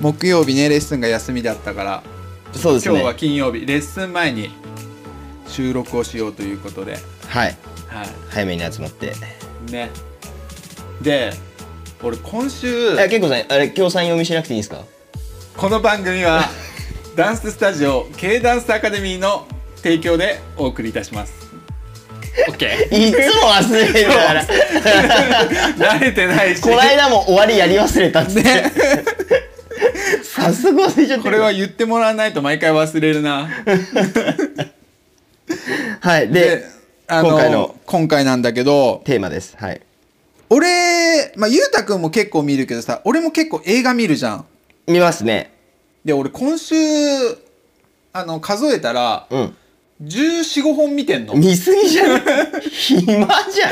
木曜日ねレッスンが休みだったから、 そうですね。 今日は金曜日レッスン前に収録をしようということで、 はい。 はい早めに集まって。 ね。で俺今週健吾さん、あれ今日さん読みしなくていいんですか？ この番組はダンススタジオ K ダンスアカデミーの提供でお送りいたします。OK いつも忘れるから慣れてないし、 この間も終わりやり忘れたっつって、ね、早速忘れちゃって。 これは言ってもらわないと毎回忘れるなはい。で今回なんだけどテーマです。はい。 俺、ゆうたくんも結構見るけどさ、俺も結構映画見るじゃん。 見ますね。 で俺今週数えたら、14、15本見てんの。 見すぎじゃん暇じゃん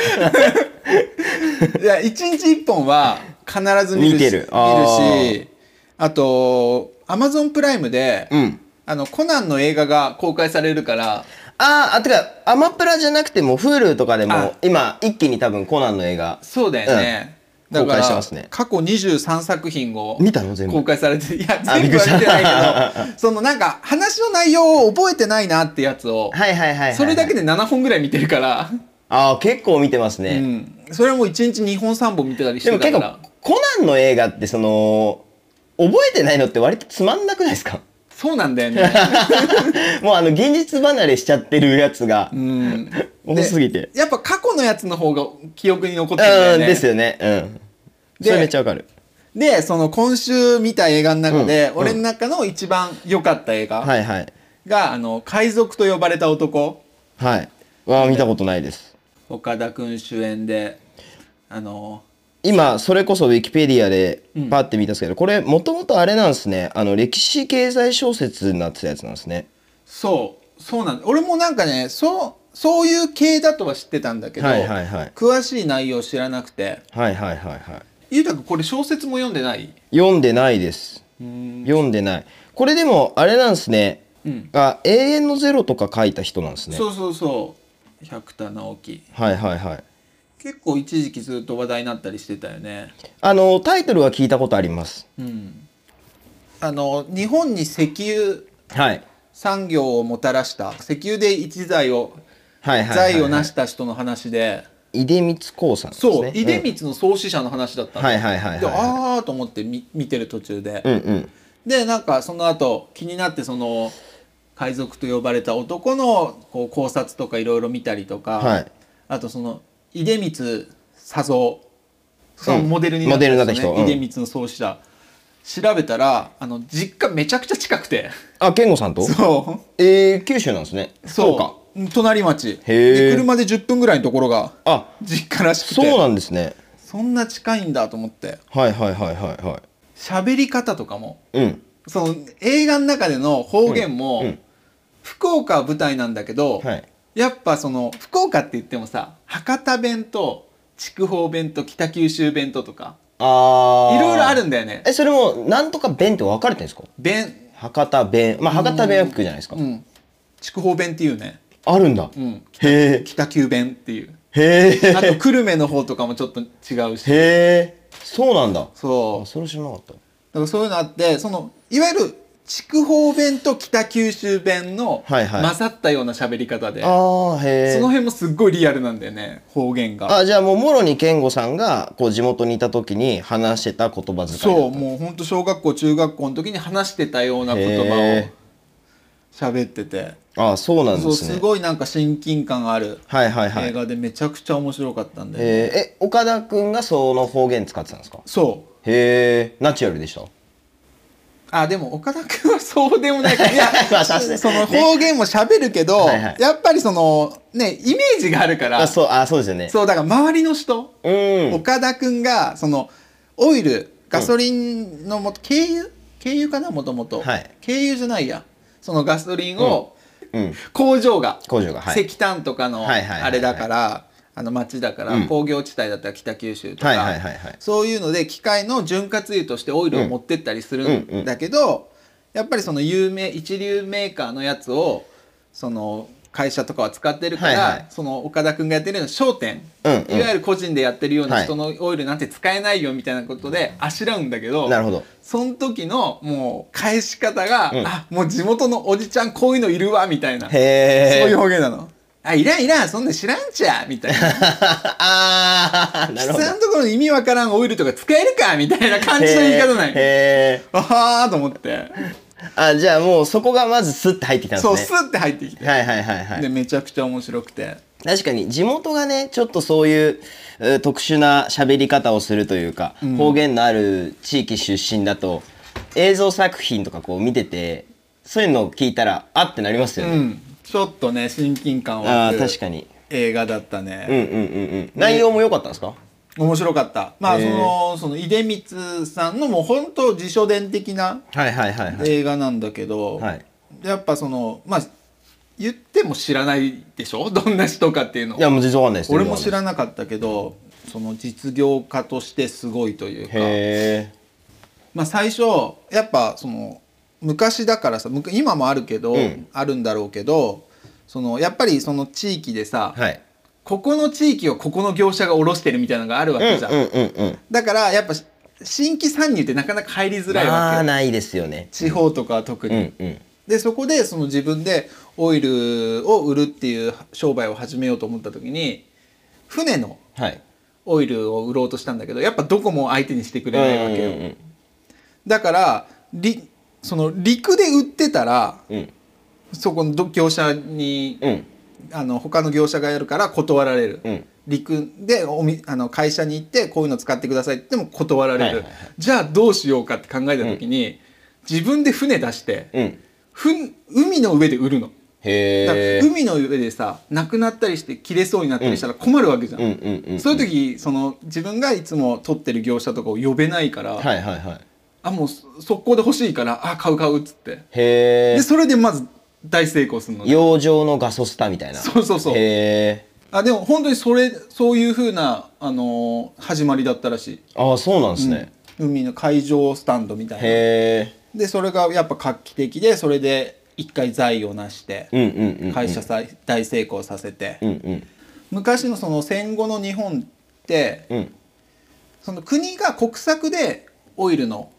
いや1日1本は必ず見るし、あと Amazon プライムで、コナンの映画が公開されるから。 てかアマプラじゃなくても Hulu とかでも今一気に多分コナンの映画そうだよね、 公開してますね。 過去23作品を見たの全部公開されて、いや全部は見てないけどそのなんか話の内容を覚えてないなってやつをそれだけで7本ぐらい見てるから結構見てますね、 それも1日2本3本見てたりしてたから。 でも結構コナンの映画ってその覚えてないのって割とつまんなくないですか？ そうなんだよねもう現実離れしちゃってるやつが多すぎて、 やっぱ過去のやつの方が記憶に残ってるんだよね。 ですよね。それめっちゃわかる。 でその今週見た映画の中で、俺の中の一番良かった映画が海賊と呼ばれた男。 見たことないです。 岡田君主演で今それこそウィキペディアでパッて見たんですけど、これもともとあれなんですね。歴史経済小説になってたやつなんですね。 そうなんだ。俺もなんかねそういう系だとは知ってたんだけど、詳しい内容知らなくて。ゆうたくんこれ小説も読んでない？ 読んでないです。読んでない。これでもあれなんですね。永遠のゼロとか書いた人なんですね。 そう百田直樹。結構一時期ずっと話題になったりしてたよね。 タイトルは聞いたことあります。 日本に石油産業をもたらした石油で一財を成した人の話で、 出光興産ですね。 そう、出光の創始者の話だったの。でと思って見てる途中で、でなんかその後気になってその海賊と呼ばれた男の考察とかいろいろ見たりとか、あとその出光佐三、そのモデルになった人ね、出光の創始者調べたら実家めちゃくちゃ近くて。 健吾さんと？そう。九州なんですね。 そうか。隣町で車で10分ぐらいのところが実家らしくて。 そうなんですね。 そんな近いんだと思って。喋り方とかも、その映画の中での方言も、福岡は舞台なんだけど、やっぱその福岡って言ってもさ、博多弁と筑豊弁と北九州弁とかいろいろあるんだよね。 それもなんとか弁って分かれてるんですか？博多弁、博多弁は聞くじゃないですか。 筑豊弁っていうね。 あるんだ。 北九弁っていう。あと久留米の方とかもちょっと違うし。 そうなんだ。 そう。 それ知らなかった。だからそういうのあって、そのいわゆる筑豊弁と北九州弁の混ざったような喋り方で、その辺もすっごいリアルなんだよね、方言が。 じゃあもうもろに健吾さんが地元にいた時に話してた言葉遣い。 そう、もうほんと小学校中学校の時に話してたような言葉を喋ってて。 そうなんですね。 すごいなんか親近感ある映画でめちゃくちゃ面白かったんで。 岡田君がその方言使ってたんですか？ そう。 ナチュラルでした？ でも岡田君はそうでもないから、いやその方言も喋るけど、やっぱりそのねイメージがあるから。そうですよね。 そうだから周りの人、岡田君がそのオイルガソリンの軽油かな、もともと軽油じゃないや、そのガソリンを工場が石炭とかのあれだから。町だから工業地帯だったら北九州とかそういうので機械の潤滑油としてオイルを持ってったりするんだけど、やっぱりその一流メーカーのやつをその会社とかは使ってるから、その岡田君がやってるような商店、いわゆる個人でやってるような人のオイルなんて使えないよみたいなことであしらうんだけど、 なるほど。 その時のもう返し方が、あ、もう地元のおじちゃんこういうのいるわみたいな、そういう表現なの。あ、いらんいらん、そんな知らんちゃみたいな。ああ、なるほど。下のところの意味わからんオイルとか使えるかみたいな感じの言い方ない。あはーと思って。 あ、じゃあもうそこがまずスッて入ってきたんですね。 そう、スッて入ってきて。で、めちゃくちゃ面白くて。 確かに地元がね、ちょっとそういう特殊な喋り方をするというか、方言のある地域出身だと、映像作品とかこう見てて、そういうのを聞いたら、あってなりますよね。 ちょっとね、親近感湧く確かに映画だったね。 内容も良かったんですか？ 面白かった。まあその出光さんのもう本当自叙伝的な映画なんだけど、やっぱそのまあ言っても知らないでしょ、どんな人かっていうの。 いやもう実はわかんないです。 俺も知らなかったけど、その実業家としてすごいというか、まあ最初やっぱその昔だからさ、今もあるけど、あるんだろうけど、そのやっぱりその地域でさ、ここの地域をここの業者が卸してるみたいなのがあるわけじゃん。だからやっぱ新規参入ってなかなか入りづらいわけよ。 ないですよね。 地方とかは特に。でそこでその自分でオイルを売るっていう商売を始めようと思った時に船のオイルを売ろうとしたんだけど、やっぱどこも相手にしてくれないわけよ。だからその陸で売ってたら、そこの業者に、他の業者がやるから断られる、陸で会社に行ってこういうの使ってくださいって言っても断られる、じゃあどうしようかって考えた時に、自分で船出して、海の上で売るの。だから海の上でさ、なくなったりして切れそうになったりしたら困るわけじゃん。そういう時その自分がいつも取ってる業者とかを呼べないから、あ、もう速攻で欲しいから、あ、買うっつって、でそれでまず大成功するのね。 洋上のガソスタみたいな。 そう。あ、でも本当にそういう風な始まりだったらしい。 ああ、そうなんですね。 海の海上スタンドみたいな。でそれがやっぱ画期的で、それで一回財を成して会社大成功させて、昔のその戦後の日本って、その国が国策でオイルの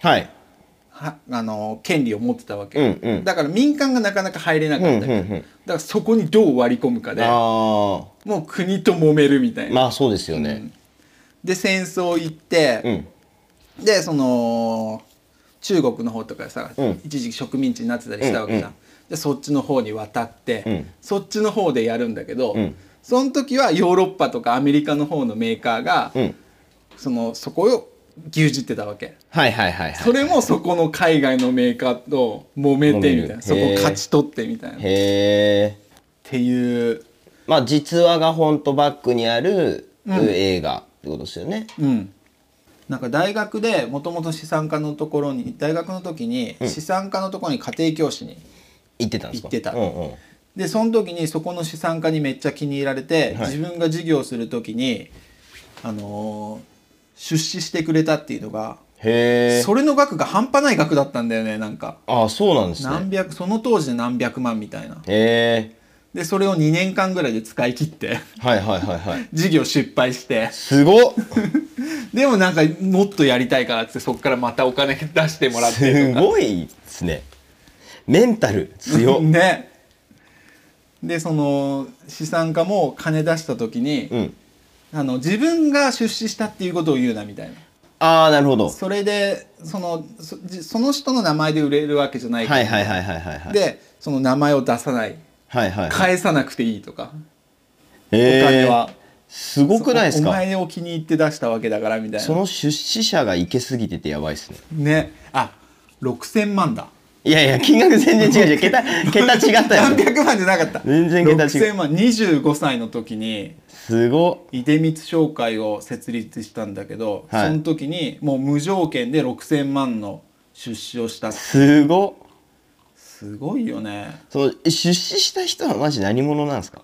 権利を持ってたわけ、だから民間がなかなか入れなかった、だからそこにどう割り込むかで、もう国と揉めるみたいな。 まあそうですよね。 で戦争行って、でその中国の方とかさ、一時期植民地になってたりしたわけじゃん。でそっちの方に渡って、そっちの方でやるんだけど、その時はヨーロッパとかアメリカの方のメーカーが、そこを牛耳ってたわけ。それもそこの海外のメーカーと揉めてみたいな、そこを勝ち取ってみたいなっていう、 まあ実話が本当バックにある映画ってことですよね。 なんか大学でもともと資産家のところに、大学の時に資産家のところに家庭教師に行ってたんですか？ 行ってた。でその時にそこの資産家にめっちゃ気に入られて、自分が授業する時に出資してくれたっていうのが、それの額が半端ない額だったんだよね。なんかそうなんですね。 その当時で何百万みたいな。でそれを2年間ぐらいで使い切って事業失敗して、 すごっでもなんかもっとやりたいからってそこからまたお金出してもらってとか、すごいですね。メンタル強っね。でその資産家も金出した時に、自分が出資したっていうことを言うなみたいな。 なるほど。 それでその人の名前で売れるわけじゃないから、でその名前を出さない、返さなくていいとか、お金はすごくないですか？ お前を気に入って出したわけだからみたいな。 その出資者がいけすぎててやばいですね。 ね。あ、6000万だ。 いやいや、金額全然違う。桁違ったよ。 何百万じゃなかった。 全然桁違う。 6000万。25歳の時にすごっ。 出光商会を設立したんだけど、その時にもう無条件で6000万の出資をした。 すごっ。 すごいよね。 出資した人はマジ何者なんですか？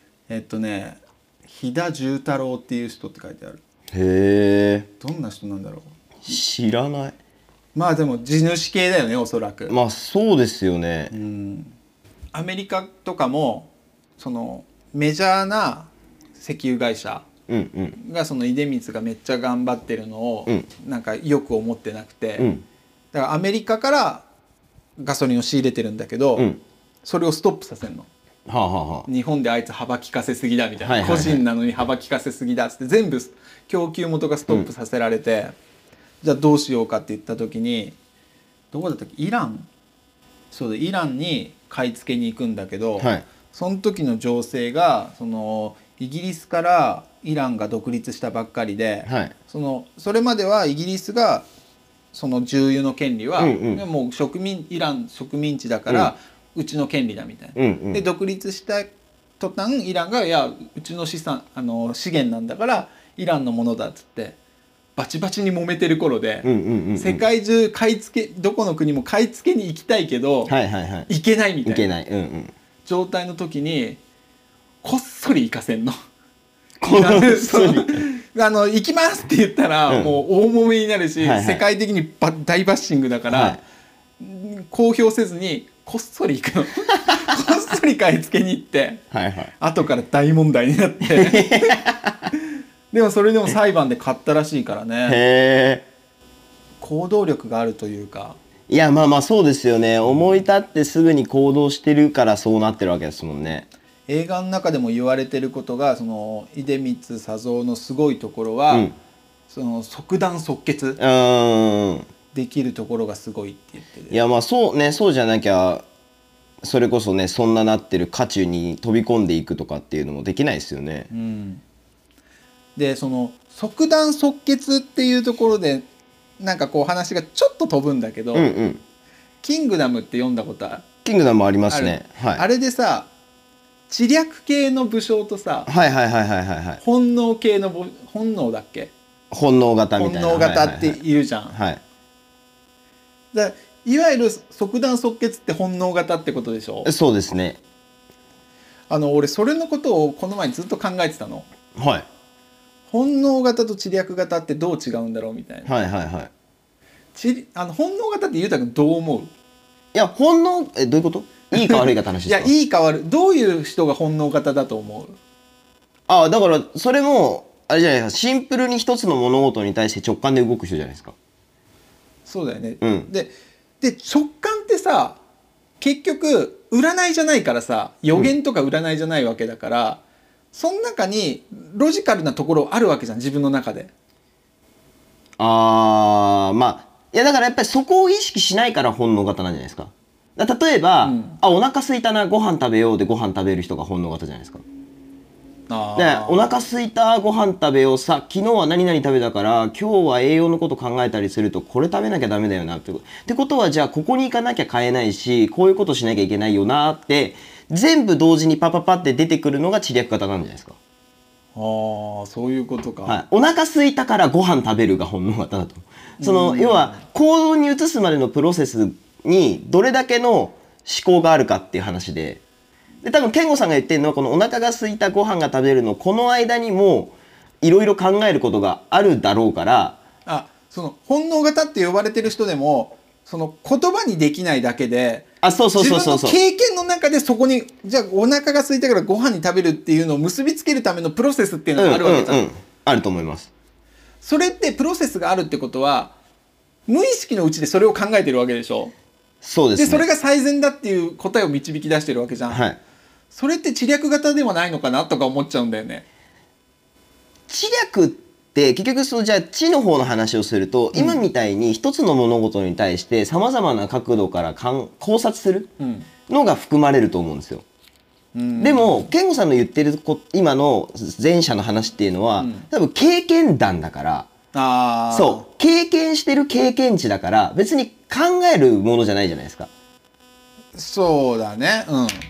飛田重太郎っていう人って書いてある。 へえ。 どんな人なんだろう。 知らない。 まあでも地主系だよね、おそらく。 まあそうですよね。 アメリカとかもそのメジャーな石油会社がその出光がめっちゃ頑張ってるのをなんかよく思ってなくて、だからアメリカからガソリンを仕入れてるんだけど、それをストップさせるの。日本であいつ幅利かせすぎだみたいな、個人なのに幅利かせすぎだっつって全部供給元がストップさせられて、じゃあどうしようかって言った時に、どこだったっけ、イラン、そうだ、イランに買い付けに行くんだけど、その時の情勢がそのイギリスからイランが独立したばっかりで、それまではイギリスがその重油の権利は、もうイラン植民地だから、うちの権利だみたいな。で独立した途端イランがいやうちの資源なんだからイランのものだっつってバチバチに揉めてる頃で、世界中買い付け、どこの国も買い付けに行きたいけど、行けないみたいな状態の時にこっそり行かせんの。行きますって言ったら、もう大揉めになるし、世界的に大バッシングだから、公表せずにこっそり行くの。こっそり買い付けに行って、後から大問題になって。でもそれでも裁判で勝ったらしいからね。行動力があるというか。 いやまあまあそうですよね。思い立ってすぐに行動してるからそうなってるわけですもんね。 映画の中でも言われてることが、その出光佐三のすごいところは、その即断即決できるところがすごいって言ってる。 いやまあそうね、そうじゃなきゃそれこそね、そんななってる渦中に飛び込んでいくとかっていうのもできないですよね。 でその即断即決っていうところでなんかこう話がちょっと飛ぶんだけど、キングダムって読んだことある？ キングダムありますね。 あれでさ、知略系の武将とさ、本能系の本能だっけ？ 本能型みたいな。 本能型っているじゃん。いわゆる即断即決って本能型ってことでしょ？ そうですね。 俺それのことをこの前ずっと考えてたの。本能型と知略型ってどう違うんだろうみたいな。本能型ってゆうたくんどう思う？いや本能どういうこと？いいか悪いかって話ですか？ いやいいか悪い、どういう人が本能型だと思う？ だからそれもあれじゃないですか、シンプルに一つの物事に対して直感で動く人じゃないですか。 そうだよね。で直感ってさ、結局占いじゃないからさ、予言とか占いじゃないわけだから、その中にロジカルなところあるわけじゃん、自分の中で。 まあいやだからやっぱりそこを意識しないから本能型なんじゃないですか。例えば、お腹空いたな、ご飯食べようでご飯食べる人が本能型じゃないですか。お腹空いた、ご飯食べよう、さ昨日は何々食べたから今日は栄養のこと考えたりするとこれ食べなきゃダメだよなってことは、じゃあここに行かなきゃ買えないし、こういうことしなきゃいけないよなって全部同時にパパパって出てくるのが知略型なんじゃないですか。 そういうことか。 お腹空いたからご飯食べるが本能型だと。要は行動に移すまでのプロセスにどれだけの思考があるかっていう話で、多分健吾さんが言ってるのは、このお腹が空いたご飯が食べるのこの間にもいろいろ考えることがあるだろうから、 その本能型って呼ばれてる人でもその言葉にできないだけで、自分の経験の中でそこにじゃあお腹が空いたからご飯に食べるっていうのを結びつけるためのプロセスっていうのがあるわけじゃん。 あると思います。 それってプロセスがあるってことは無意識のうちでそれを考えてるわけでしょ。 そうですね。 でそれが最善だっていう答えを導き出してるわけじゃん。それって知略型ではないのかなとか思っちゃうんだよね。 知略って結局じゃあ知の方の話をすると、今みたいに一つの物事に対してさまざまな角度から考察するのが含まれると思うんですよ。でも健吾さんの言ってる今の前者の話っていうのは、多分経験談だから、そう経験してる経験値だから別に考えるものじゃないじゃないですか。 そうだね。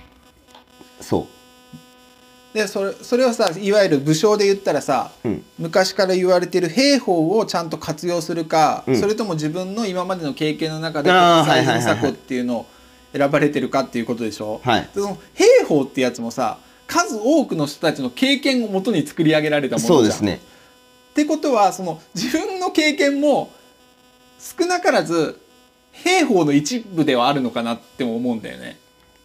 でそれはさ、いわゆる武将で言ったらさ、昔から言われてる兵法をちゃんと活用するか、それとも自分の今までの経験の中で最善策っていうのを選ばれてるかっていうことでしょ。でその兵法ってやつもさ、数多くの人たちの経験をもとに作り上げられたものじゃん。 そうですね。 ってことはその自分の経験も少なからず兵法の一部ではあるのかなっても思うんだよね。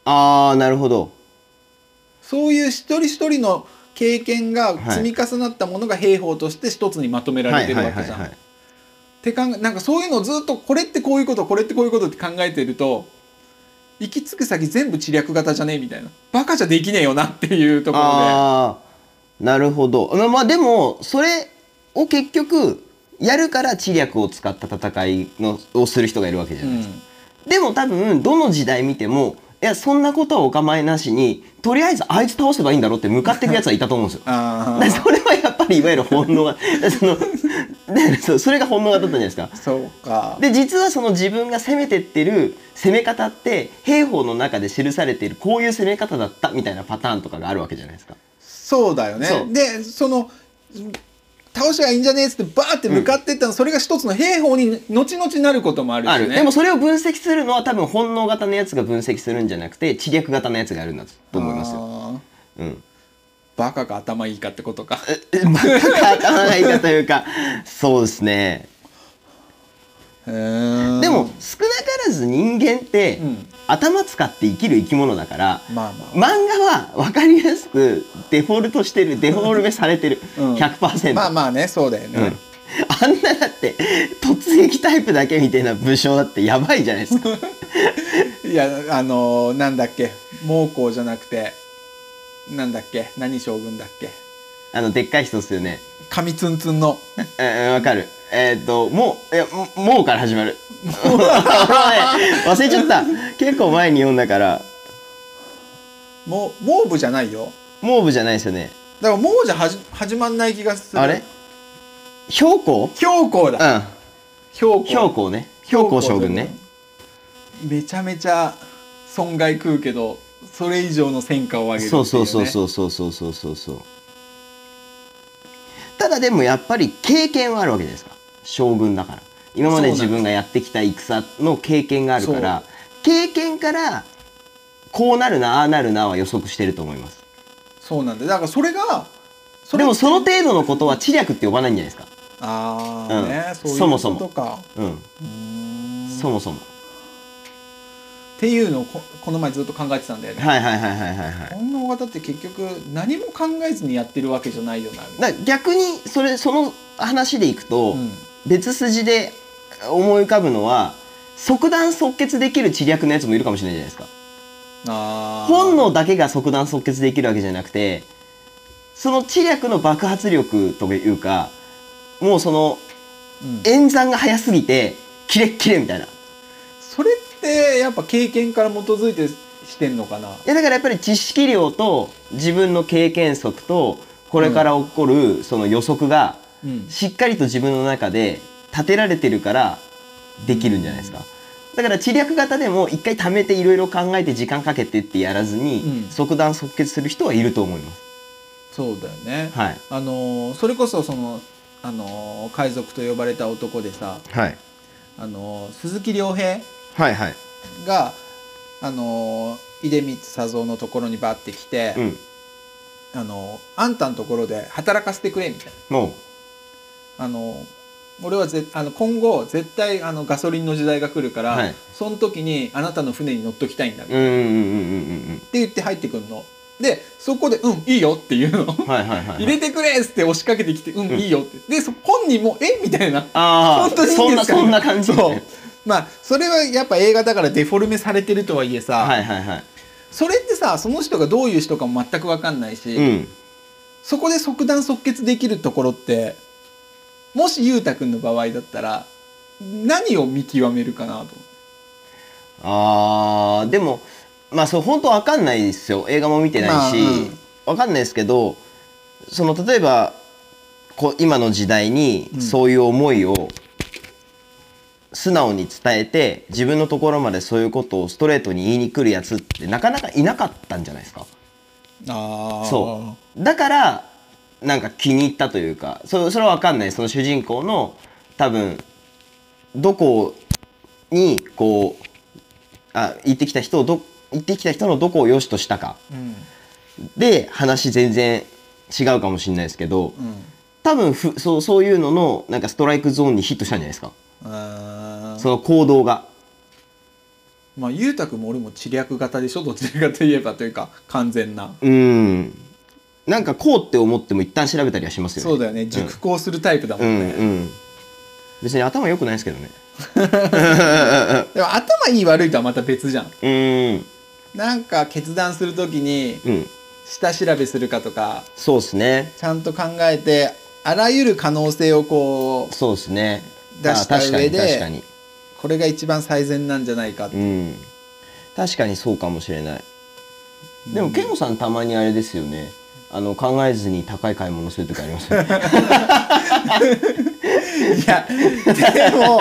ああ、なるほど。 そういう一人一人の経験が積み重なったものが兵法として一つにまとめられてるわけじゃん。なんかそういうのをずっとこれってこういうことこれってこういうことって考えてると行き着く先全部知略型じゃねえみたいな、バカじゃできねえよなっていうところで。 ああ、なるほど。まあでもそれを結局やるから知略を使った戦いをする人がいるわけじゃないですか。でも多分どの時代見てもいやそんなことはお構いなしにとりあえずあいつ倒せばいいんだろうって向かっていくやつはいたと思うんですよ。それはやっぱりいわゆる本能がそれが本能型だったじゃないですか。 そうか。 で実はその自分が攻めてってる攻め方って兵法の中で記されているこういう攻め方だったみたいなパターンとかがあるわけじゃないですか。 そうだよね。でその倒しがいいんじゃねえっつってバーって向かっていったの、それが一つの兵法に後々なることもあるしね。 でもそれを分析するのは多分本能型のやつが分析するんじゃなくて知略型のやつがやるんだと思いますよ。 バカか頭いいかってことか。 バカか頭がいいかというかそうですね。でも少なからず人間って、頭使って生きる生き物だから、漫画は分かりやすくデフォルトしてるデフォルメされてる、100%。 まあまあね、そうだよね。 あんなだって突撃タイプだけみたいな武将だってやばいじゃないですか。 いやなんだっけ、猛攻じゃなくてなんだっけ、何将軍だっけ、 でっかい人っすよね。 髪ツンツンの。 わかる。もうから始まる。忘れちゃった。結構前に読んだから。 モーブじゃないよ。 モーブじゃないですよね。 だからモーじゃ始まんない気がする。 あれ？標高だ。うん。標高ね。標高将軍ね。 めちゃめちゃ損害食うけど、それ以上の戦果を上げるっていうね。 そう。ただでもやっぱり経験はあるわけじゃないですか。将軍だから今まで自分がやってきた戦の経験があるから、経験からこうなるなああなるなは予測してると思います。 そうなんで、だからそれがでもその程度のことは知略って呼ばないんじゃないですか。 ああ、ね、そういうことか。 そもそもっていうのをこの前ずっと考えてたんだよね。本能型って結局何も考えずにやってるわけじゃないよな。 逆にその話でいくと、別筋で思い浮かぶのは即断即決できる知略のやつもいるかもしれないじゃないですか。本能だけが即断即決できるわけじゃなくて、その知略の爆発力というか、もうその演算が早すぎてキレッキレみたいな。 それってやっぱ経験から基づいてしてんのかな。いやだからやっぱり知識量と自分の経験則とこれから起こるその予測がしっかりと自分の中で立てられてるからできるんじゃないですか。だから知略型でも一回貯めていろいろ考えて時間かけてってやらずに即断即決する人はいると思います。 そうだよね。それこそその海賊と呼ばれた男でさ、鈴木亮平が出光佐三のところにバッて来て、あんたのところで働かせてくれみたいな。俺は今後絶対ガソリンの時代が来るから、その時にあなたの船に乗っときたいんだみたいなって言って入ってくるの。でそこで「うんいいよ」って言うの。入れてくれっつって押しかけてきて「うんいいよ」って。で本人も「えみたいな「本当にいいんですか?」 そんな感じ。 まあそれはやっぱ映画だからデフォルメされてるとはいえさ、それってさその人がどういう人かも全く分かんないし、そこで即断即決できるところってもし裕太君の場合だったら何を見極めるかなと。 でもまあそれ本当分かんないですよ。映画も見てないし、分かんないですけど、その例えば今の時代にそういう思いを素直に伝えて自分のところまでそういうことをストレートに言いに来るやつってなかなかいなかったんじゃないですか。そうだからなんか気に入ったというか、それは分かんない。その主人公の多分どこにこう言ってきた人のどこを良しとしたか、で話全然違うかもしれないですけど、多分そういうののなんかストライクゾーンにヒットしたんじゃないですか。その行動がまあゆうたくんも俺も知略型でしょ、どちらかといえばというか完全な。 なんかこうって思っても一旦調べたりはしますよね。 そうだよね、熟考するタイプだもんね。 別に頭良くないですけどね。 でも頭いい悪いとはまた別じゃん。なんか決断するときに下調べするかとか、 そうですね、 ちゃんと考えてあらゆる可能性をこうそうですね出した上で、これが一番最善なんじゃないかって。 確かにそうかもしれない。でもケンゴさんたまにあれですよね、考えずに高い買い物する時ありますよね。 いやでも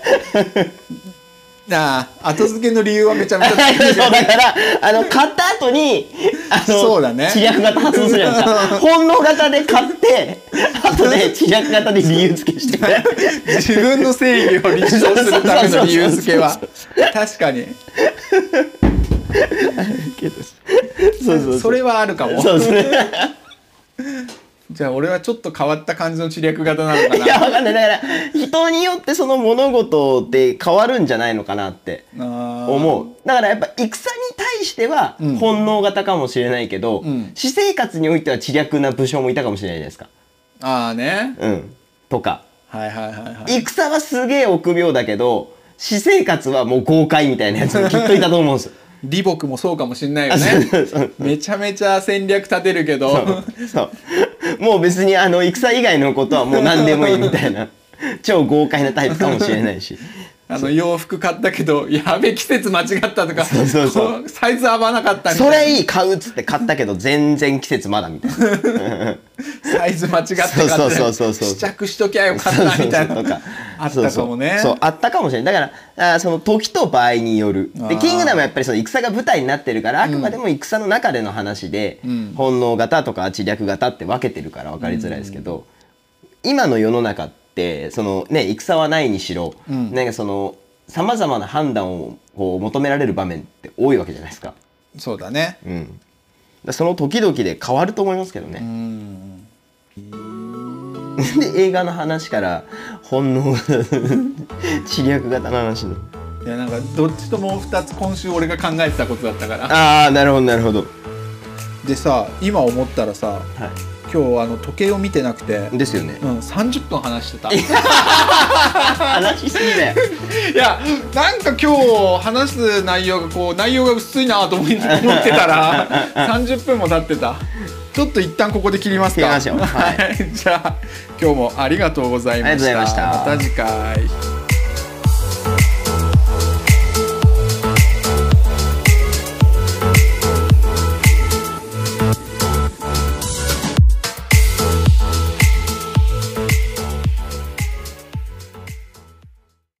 後付けの理由はめちゃめちゃ強い。 そうだから買った後にそうだね、 知略型発動するじゃないですか。本能型で買って後で知略型で理由付けして自分の正義を立証するための理由付けは確かにそれはあるかも。そうですね。じゃあ俺はちょっと変わった感じの知略型なのかな。 いやわかんない。だから人によってその物事で変わるんじゃないのかなって思う。だからやっぱ戦に対しては本能型かもしれないけど、私生活においては知略な武将もいたかもしれないじゃないですか。 ああね。 とか。 はいはいはいはい。 戦はすげえ臆病だけど私生活はもう豪快みたいなやつもきっといたと思うんですよ。 李牧もそうかもしんないよね。めちゃめちゃ戦略立てるけどそうもう別に戦以外のことはもう何でもいいみたいな超豪快なタイプかもしれないし、 洋服買ったけどやべ季節間違ったとか、サイズ合わなかったみたいな、 それいい買うっつって買ったけど全然季節まだみたいなサイズ間違って買って試着しときゃよかったみたいなあったかもね。 そうあったかもしれない。だからその時と場合による。でキングダムはやっぱりその戦が舞台になってるから、あくまでも戦の中での話で、本能型とか知略型って分けてるから分かりづらいですけど、今の世の中ってそのね戦はないにしろ、なんかそのさまざまな判断をこう求められる場面って多いわけじゃないですか。 そうだね。 その時々で変わると思いますけどね。で映画の話から本能知略型の話に。 いやなんかどっちとも2つ今週俺が考えてたことだったから。 ああなるほどなるほど。 でさ今思ったらさ、今日時計を見てなくてですよね。 30分話してた。 話しすぎだよ。 いやなんか今日話す内容が薄いなと思ってたら30分も経ってた。ちょっと一旦ここで切りますか。 切りましょう。 じゃあ今日もありがとうございました。 ありがとうございました。 また次回。